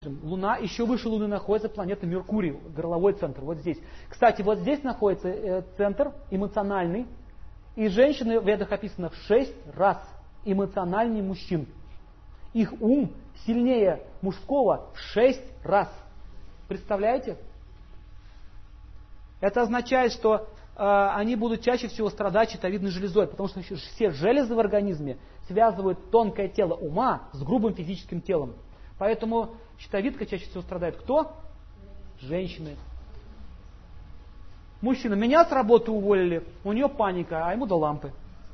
Луна, еще выше Луны находится планета Меркурий, горловой центр, вот здесь. Кстати, вот здесь находится центр эмоциональный, и женщины в ведах описано в 6 раз эмоциональнее мужчин. Их ум сильнее мужского в 6 раз. Представляете? Это означает, что они будут чаще всего страдать щитовидной железой, потому что все железы в организме связывают тонкое тело ума с грубым физическим телом. Поэтому щитовидка чаще всего страдает кто? Женщины. Мужчина: меня с работы уволили, у нее паника, а ему до лампы.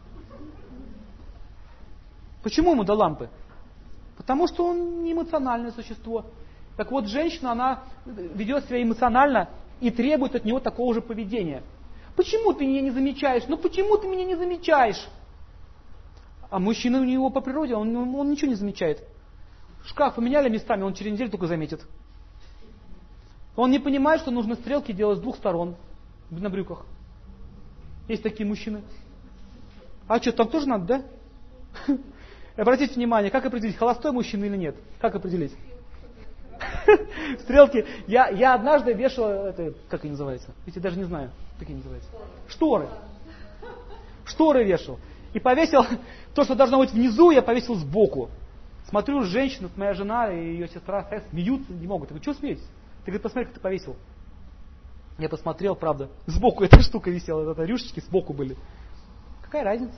Почему ему до лампы? Потому что он не эмоциональное существо. Так вот, женщина, она ведет себя эмоционально и требует от него такого же поведения. Почему ты меня не замечаешь? Ну почему ты меня не замечаешь? А мужчина у него по природе, он ничего не замечает. Шкаф поменяли местами, он через неделю только заметит. Он не понимает, что нужно стрелки делать с 2 сторон на брюках. Есть такие мужчины. А что, там тоже надо, да? Обратите внимание, как определить, холостой мужчина или нет? Как определить? Стрелки. Я однажды вешал, это, как они называются? Я даже не знаю, как они называются. Шторы. Шторы вешал. И повесил, то, что должно быть внизу, я повесил сбоку. Смотрю, женщина, моя жена и ее сестра смеются, не могут. Я говорю: что смеетесь? Ты говоришь: посмотри, как ты повесил. Я посмотрел, правда, сбоку эта штука висела, это рюшечки сбоку были. Какая разница?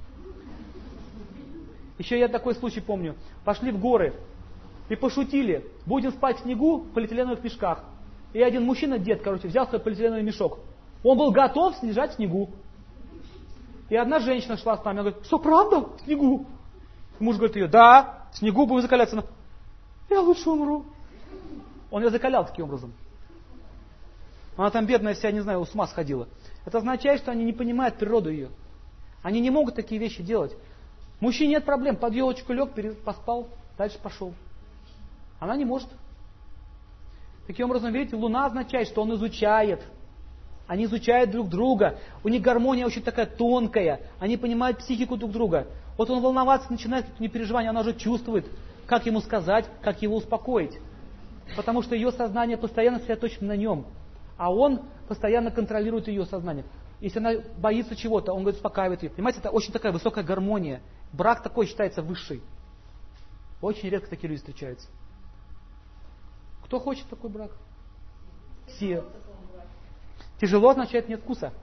Еще я такой случай помню. Пошли в горы и пошутили: будем спать в снегу в полиэтиленовых мешках. И один мужчина, дед, взял свой полиэтиленовый мешок. Он был готов лежать в снегу. И одна женщина шла с нами, она говорит: что, правда? В снегу? Муж говорит ее: да, в снегу будем закаляться. Она: я лучше умру. Он ее закалял таким образом. Она там бедная вся, не знаю, с ума сходила. Это означает, что они не понимают природу ее. Они не могут такие вещи делать. Мужчине нет проблем, под елочку лег, поспал, дальше пошел. Она не может. Таким образом, видите, Луна означает, что он изучает. Они изучают друг друга. У них гармония очень такая тонкая. Они понимают психику друг друга. Вот он волноваться начинает, не переживание, она уже чувствует, как ему сказать, как его успокоить. Потому что ее сознание постоянно сосредоточено на нем. А он постоянно контролирует ее сознание. Если она боится чего-то, он говорит, успокаивает ее. Понимаете, это очень такая высокая гармония. Брак такой считается высший. Очень редко такие люди встречаются. Кто хочет такой брак? Все. Тяжело означает нет вкуса.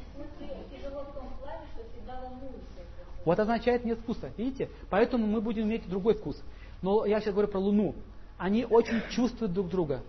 Вот означает нет вкуса. Видите? Поэтому мы будем иметь другой вкус. Но я сейчас говорю про Луну. Они очень чувствуют друг друга.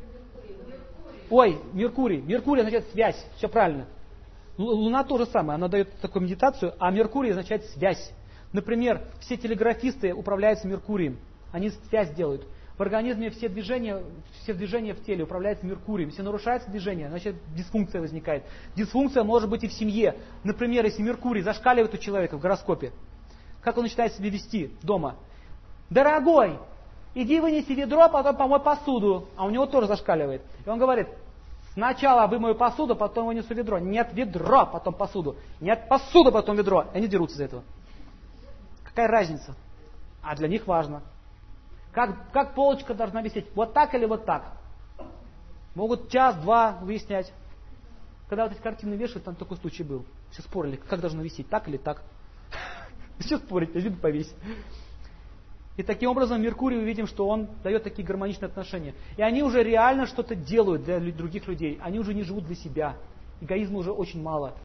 Ой, Меркурий. Меркурий означает связь. Все правильно. Луна то же самое. Она дает такую медитацию, а Меркурий означает связь. Например, все телеграфисты управляются Меркурием. Они связь делают. В организме все движения в теле управляются Меркурием. Если нарушается движение, значит дисфункция возникает. Дисфункция может быть и в семье. Например, если Меркурий зашкаливает у человека в гороскопе, как он начинает себя вести дома? Дорогой, иди вынеси ведро, а потом помой посуду. А у него тоже зашкаливает. И он говорит, сначала вымою посуду, потом вынесу ведро. Нет, ведро, потом посуду. Нет, посуду, потом ведро. И они дерутся из-за этого. Какая разница? А для них важно. Как полочка должна висеть? Вот так или вот так? Могут час-два выяснять. Когда вот эти картины вешают, там такой случай был. Все спорили, как должно висеть, так или так. Все спорить, один повесить. И таким образом Меркурий, увидим, что он дает такие гармоничные отношения. И они уже реально что-то делают для других людей. Они уже не живут для себя. Эгоизма уже очень мало.